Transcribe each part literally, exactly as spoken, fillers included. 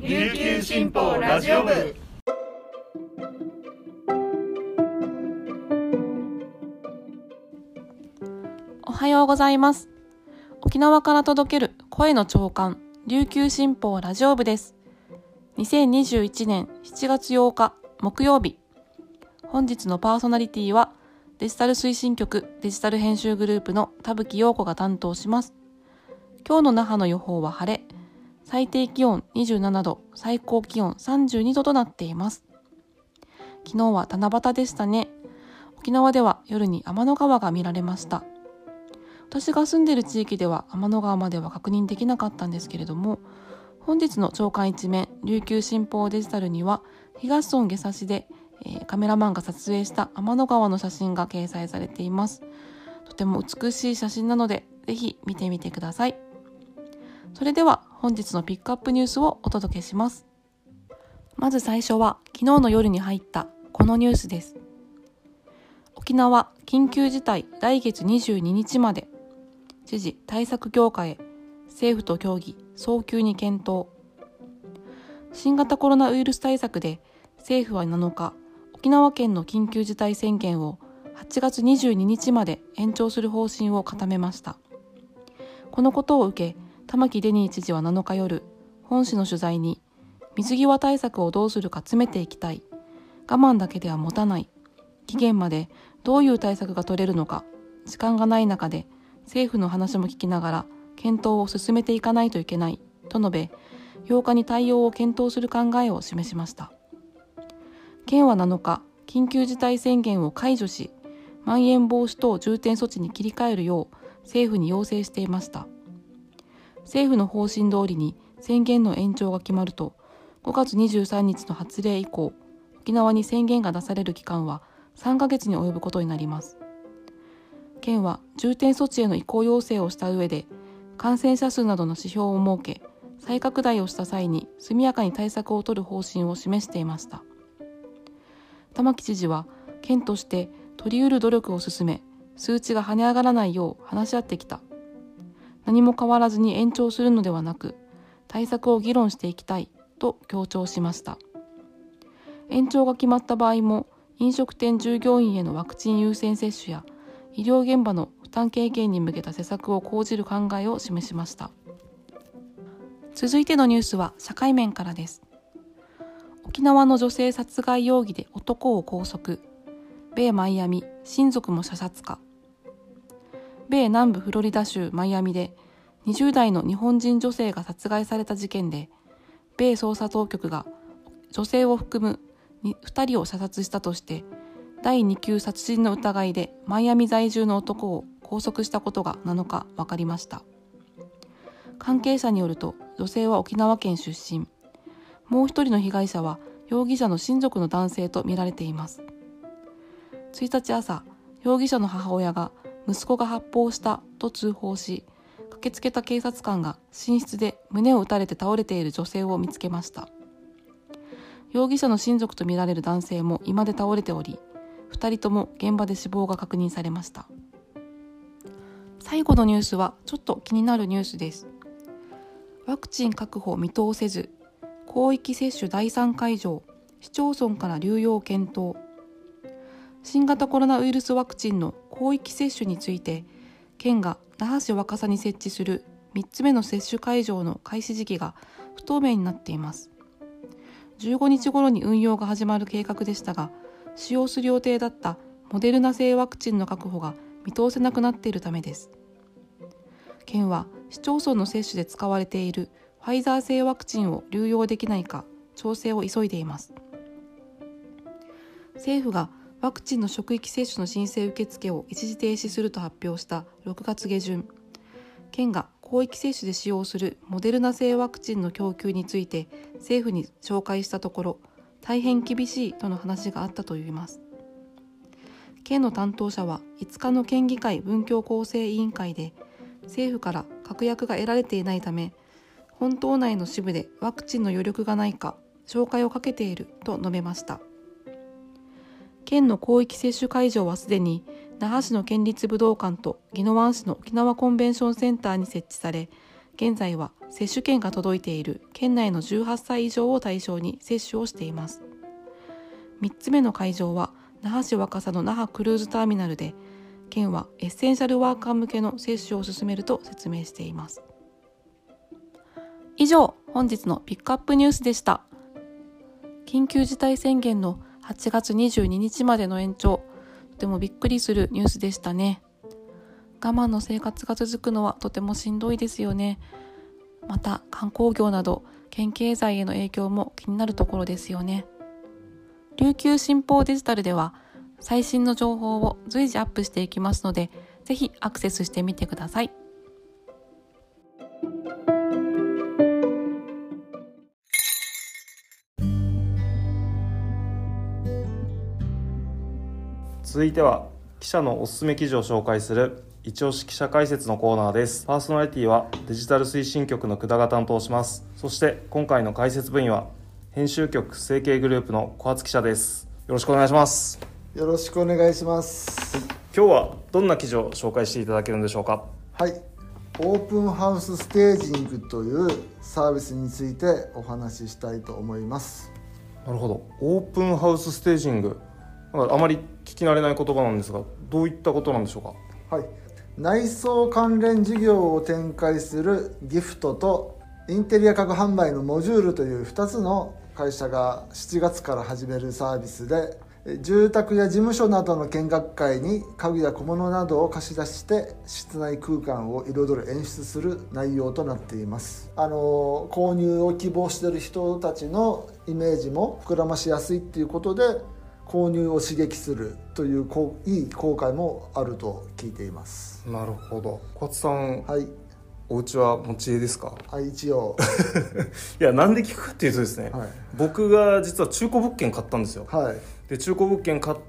琉球新報ラジオ部。 おはようございます。沖縄から届ける声の朝刊、琉球新報ラジオ部です。にせんにじゅういちねんしちがつようか木曜日。本日のパーソナリティはデジタル推進局デジタル編集グループの田吹陽子が担当します。今日の那覇の予報は晴れ、最低気温にじゅうななど、最高気温さんじゅうにどとなっています。昨日は七夕でしたね。沖縄では夜に天の川が見られました。私が住んでいる地域では天の川までは確認できなかったんですけれども、本日の朝刊一面琉球新報デジタルには東村下差しで、えー、カメラマンが撮影した天の川の写真が掲載されています。とても美しい写真なのでぜひ見てみてください。それでは本日のピックアップニュースをお届けします。まず最初は昨日の夜に入ったこのニュースです。沖縄緊急事態来月にじゅうににちまで、知事対策強化へ政府と協議早急に検討。新型コロナウイルス対策で政府はなのか沖縄県の緊急事態宣言をはちがつにじゅうににちまで延長する方針を固めました。このことを受け玉城デニー知事はなのか夜、本市の取材に水際対策をどうするか詰めていきたい、我慢だけでは持たない、期限までどういう対策が取れるのか、時間がない中で政府の話も聞きながら検討を進めていかないといけないと述べ、ようかに対応を検討する考えを示しました。県はなのか緊急事態宣言を解除し、まん延防止等重点措置に切り替えるよう政府に要請していました。政府の方針通りに宣言の延長が決まると、ごがつにじゅうさんにちの発令以降、沖縄に宣言が出される期間はさんかげつに及ぶことになります。県は重点措置への移行要請をした上で、感染者数などの指標を設け、再拡大をした際に速やかに対策を取る方針を示していました。玉城知事は、県として取り得る努力を進め、数値が跳ね上がらないよう話し合ってきた。何も変わらずに延長するのではなく、対策を議論していきたいと強調しました。延長が決まった場合も、飲食店従業員へのワクチン優先接種や医療現場の負担軽減に向けた施策を講じる考えを示しました。続いてのニュースは社会面からです。沖縄の女性殺害容疑で男を拘束。米マイアミ、親族も射殺か。米南部フロリダ州マイアミでにじゅうだいの日本人女性が殺害された事件で、米捜査当局が女性を含むふたりを射殺したとしてだいにきゅう殺人の疑いでマイアミ在住の男を拘束したことがなのか分かりました。関係者によると、女性は沖縄県出身、もう一人の被害者は容疑者の親族の男性とみられています。ついたち朝、容疑者の母親が息子が発砲したと通報し、駆けつけた警察官が寝室で胸を撃たれて倒れている女性を見つけました。容疑者の親族とみられる男性も居間で倒れており、ふたりとも現場で死亡が確認されました。最後のニュースはちょっと気になるニュースです。ワクチン確保見通せず、広域接種だいさんかいじょう、市町村から流用検討。新型コロナウイルスワクチンの広域接種について、県が那覇市若狭に設置するみっつめの接種会場の開始時期が不透明になっています。じゅうごにち頃に運用が始まる計画でしたが、使用する予定だったモデルナ製ワクチンの確保が見通せなくなっているためです。県は市町村の接種で使われているファイザー製ワクチンを流用できないか調整を急いでいます。政府がワクチンの職域接種の申請受付を一時停止すると発表したろくがつげじゅん、県が広域接種で使用するモデルナ製ワクチンの供給について政府に紹介したところ、大変厳しいとの話があったといいます。県の担当者はいつかの県議会文教構成委員会で、政府から確約が得られていないため、本島内の支部でワクチンの余力がないか紹介をかけていると述べました。県の広域接種会場はすでに那覇市の県立武道館と宜野湾市の沖縄コンベンションセンターに設置され、現在は接種券が届いている県内のじゅうはっさい以上を対象に接種をしています。みっつめの会場は那覇市若狭の那覇クルーズターミナルで、県はエッセンシャルワーカー向けの接種を進めると説明しています。以上、本日のピックアップニュースでした。緊急事態宣言のはちがつにじゅうににちまでの延長、とてもびっくりするニュースでしたね。我慢の生活が続くのはとてもしんどいですよね。また観光業など県経済への影響も気になるところですよね。琉球新報デジタルでは最新の情報を随時アップしていきますので、ぜひアクセスしてみてください。 続いては記者のおすすめ記事を紹介する一押し記者解説のコーナーです。パーソナリティはデジタル推進局の久田が担当します。そして今回の解説部員は編集局成形グループの小初記者です。よろしくお願いします。 よろしくお願いします。 今日はどんな記事を紹介していただけるんでしょうか。 はい、オープンハウスステージングというサービスについてお話ししたいと思います。 なるほど。オープンハウスステージング、なんかあまり聞き慣れない言葉なんですが、どういったことなんでしょうか。 はい、内装関連事業を展開するギフトとインテリア家具販売のモジュールというふたつの会社がしちがつから始めるサービスで、住宅や事務所などの見学会に家具や小物などを貸し出して室内空間を彩る演出する内容となっています。あの購入を希望している人たちのイメージも膨らましやすいっていうことで、購入を刺激するといういい効果もあると聞いています。 なるほど。小初さん、 はい、 お家は持ち家ですか。 あ、一応いや、なんで聞くかっていうとですね、はい、僕が実は中古物件買ったんですよ。 はい、 で中古物件買って、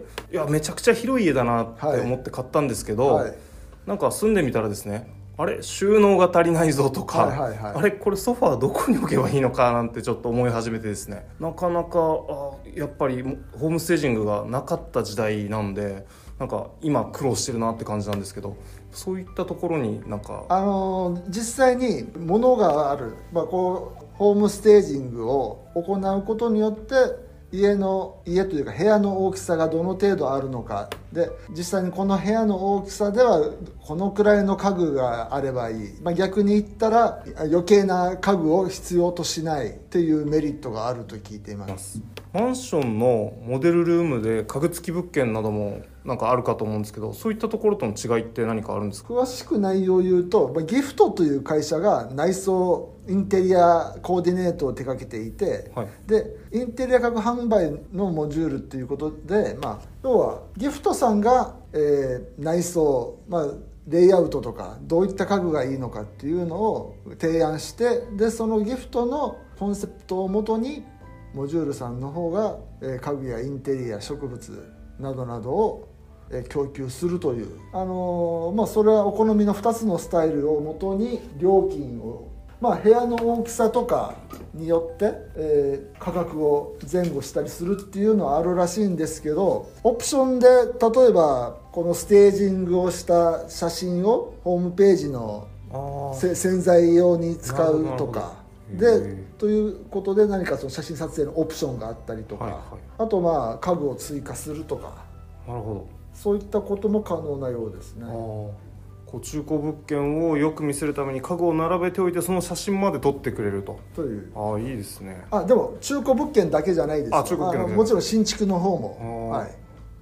いやめちゃくちゃ広い家だなって思って買ったんですけど、はいはい、なんか住んでみたらですね、あれ収納が足りないぞとか、はいはいはい、あれこれソファーどこに置けばいいのかなんてちょっと思い始めてですね、なかなかあやっぱりホームステージングがなかった時代なんで、なんか今苦労してるなって感じなんですけど、そういったところになんかあの実際に物がある、まあ、こうホームステージングを行うことによって家の家というか部屋の大きさがどの程度あるのかで、実際にこの部屋の大きさではこのくらいの家具があればいい、まあ、逆に言ったら余計な家具を必要としないっていうメリットがあると聞いています。 マンションのモデルルームで家具付き物件などもなんかあるかと思うんですけど、そういったところとの違いって何かあるんですか。 詳しく内容を言うと、ギフトという会社が内装インテリアコーディネートを手掛けていて、はい、でインテリア家具販売のモジュールっていうことで、まあ、要はギフトさんが、えー、内装、まあ、レイアウトとかどういった家具がいいのかっていうのを提案して、でそのギフトのコンセプトをもとにモジュールさんの方が、えー、家具やインテリア植物などなどを供給するという、あのーまあ、それはお好みのふたつのスタイルをもとに料金を、まあ、部屋の大きさとかによって、えー、価格を前後したりするっていうのはあるらしいんですけど、オプションで例えばこのステージングをした写真をホームページの洗剤用に使うとかでということで、何かその写真撮影のオプションがあったりとか、はいはい、あとまあ家具を追加するとか、 なるほど、 そういったことも可能なようですね。あこう中古物件をよく見せるために家具を並べておいて、その写真まで撮ってくれるとという。 ああいいですね。 あでも中古物件だけじゃないです。 あ中古物件だけもちろん新築の方も、はい、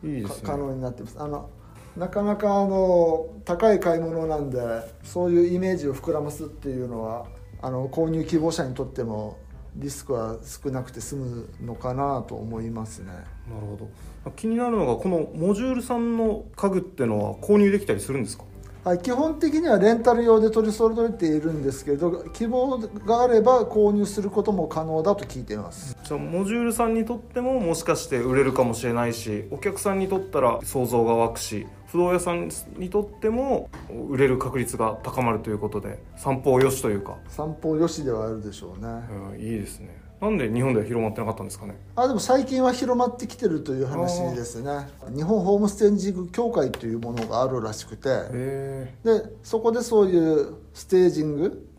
いいですね、 可能になっています。あのなかなかあの高い買い物なんで、そういうイメージを膨らますっていうのはあの購入希望者にとってもリスクは少なくて済むのかなと思いますね。 なるほど。気になるのがこのモジュールさんの家具ってのは購入できたりするんですか。 はい、基本的にはレンタル用で取り揃えているんですけど、希望があれば購入することも可能だと聞いています。 じゃあモジュールさんにとってももしかして売れるかもしれないし、お客さんにとったら想像が湧くし、不動屋さんにとっても売れる確率が高まるということで、三方よしというか。 三方よしではあるでしょうね。 うん、いいですね。なんで日本では広まってなかったんですかね。 あでも最近は広まってきてるという話ですね。日本ホームステージング協会というものがあるらしくて、でそこでそういうステージング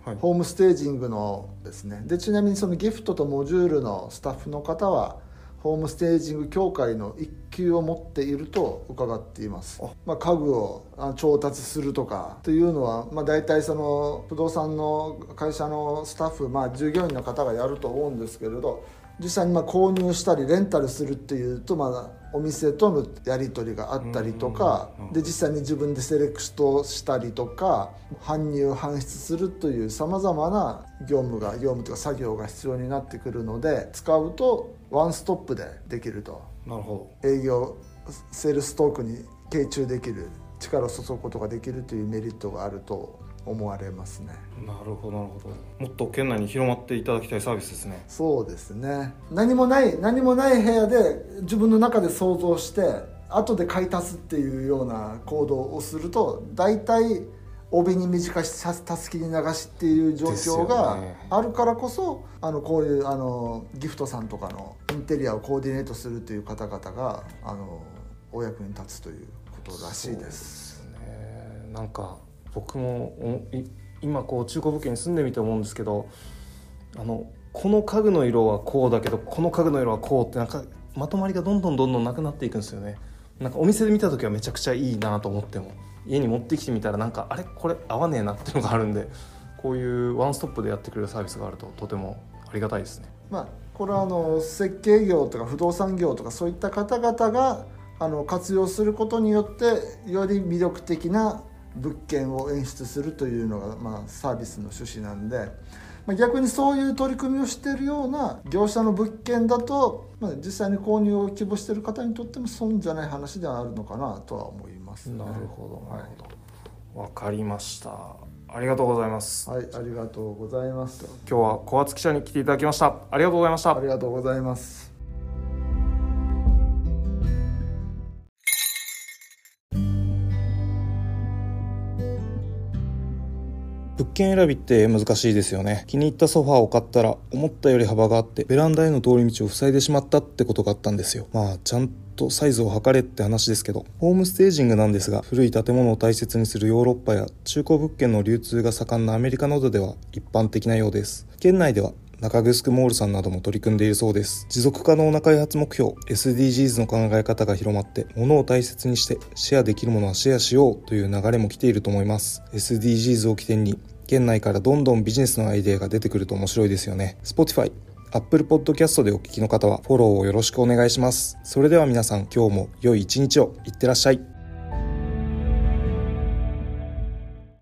はい、ホームステージングのですね。でちなみにそのギフトとモジュールのスタッフの方はホームステージング協会の一級を持っていると伺っています。まあ、家具を調達するとかというのは、まあ、大体その不動産の会社のスタッフ、まあ、従業員の方がやると思うんですけれど、実際にまあ購入したりレンタルするっていうと、まだお店とのやり取りがあったりとかで、実際に自分でセレクトしたりとか搬入搬出するというさまざまな業務が業務というか作業が必要になってくるので、使うとワンストップでできると。 なるほど。営業セールストークに傾注できる、力を注ぐことができるというメリットがあると思われますね。 なるほどなるほど。もっと県内に広まっていただきたいサービスですね。 そうですね。何もない何もない部屋で自分の中で想像して後で買い足すっていうような行動をすると、大体帯に短したすきに流しっていう状況があるからこそ、ね、あのこういうあのギフトさんとかのインテリアをコーディネートするという方々があのお役に立つということらしいです。 そうですね。なんか僕も今こう中古物件に住んでみて思うんですけど、あのこの家具の色はこうだけどこの家具の色はこうってなんかまとまりがどんどんどんどんなくなっていくんですよね。なんかお店で見た時はめちゃくちゃいいなと思っても、家に持ってきてみたらなんかあれこれ合わねえなっていうのがあるんで、こういうワンストップでやってくれるサービスがあるととてもありがたいですね。 まあ、これはあの設計業とか不動産業とかそういった方々があの活用することによってより魅力的な物件を演出するというのが、まあ、サービスの趣旨なんで、まあ、逆にそういう取り組みをしているような業者の物件だと、まあ、実際に購入を希望している方にとっても損じゃない話ではあるのかなとは思いますね。 なるほどなるほど、はい、分かりました。ありがとうございます。 はい、ありがとうございます。 今日は小厚記者に来ていただきました。ありがとうございました。 ありがとうございます。 物件選びって難しいですよね。気に入ったソファーを買ったら思ったより幅があってベランダへの通り道を塞いでしまったってことがあったんですよ。まあちゃんとサイズを測れって話ですけど、ホームステージングなんですが、古い建物を大切にするヨーロッパや中古物件の流通が盛んなアメリカなどでは一般的なようです。県内では中城モールさんなども取り組んでいるそうです。持続可能な開発目標 エスディージーズ の考え方が広まって、物を大切にしてシェアできるものはシェアしようという流れも来ていると思います。 エスディージーズ を起点に県内からどんどんビジネスのアイデアが出てくると面白いですよね。 Spotify、Apple Podcast でお聞きの方はフォローをよろしくお願いします。それでは皆さん、今日も良い一日を。いってらっしゃい。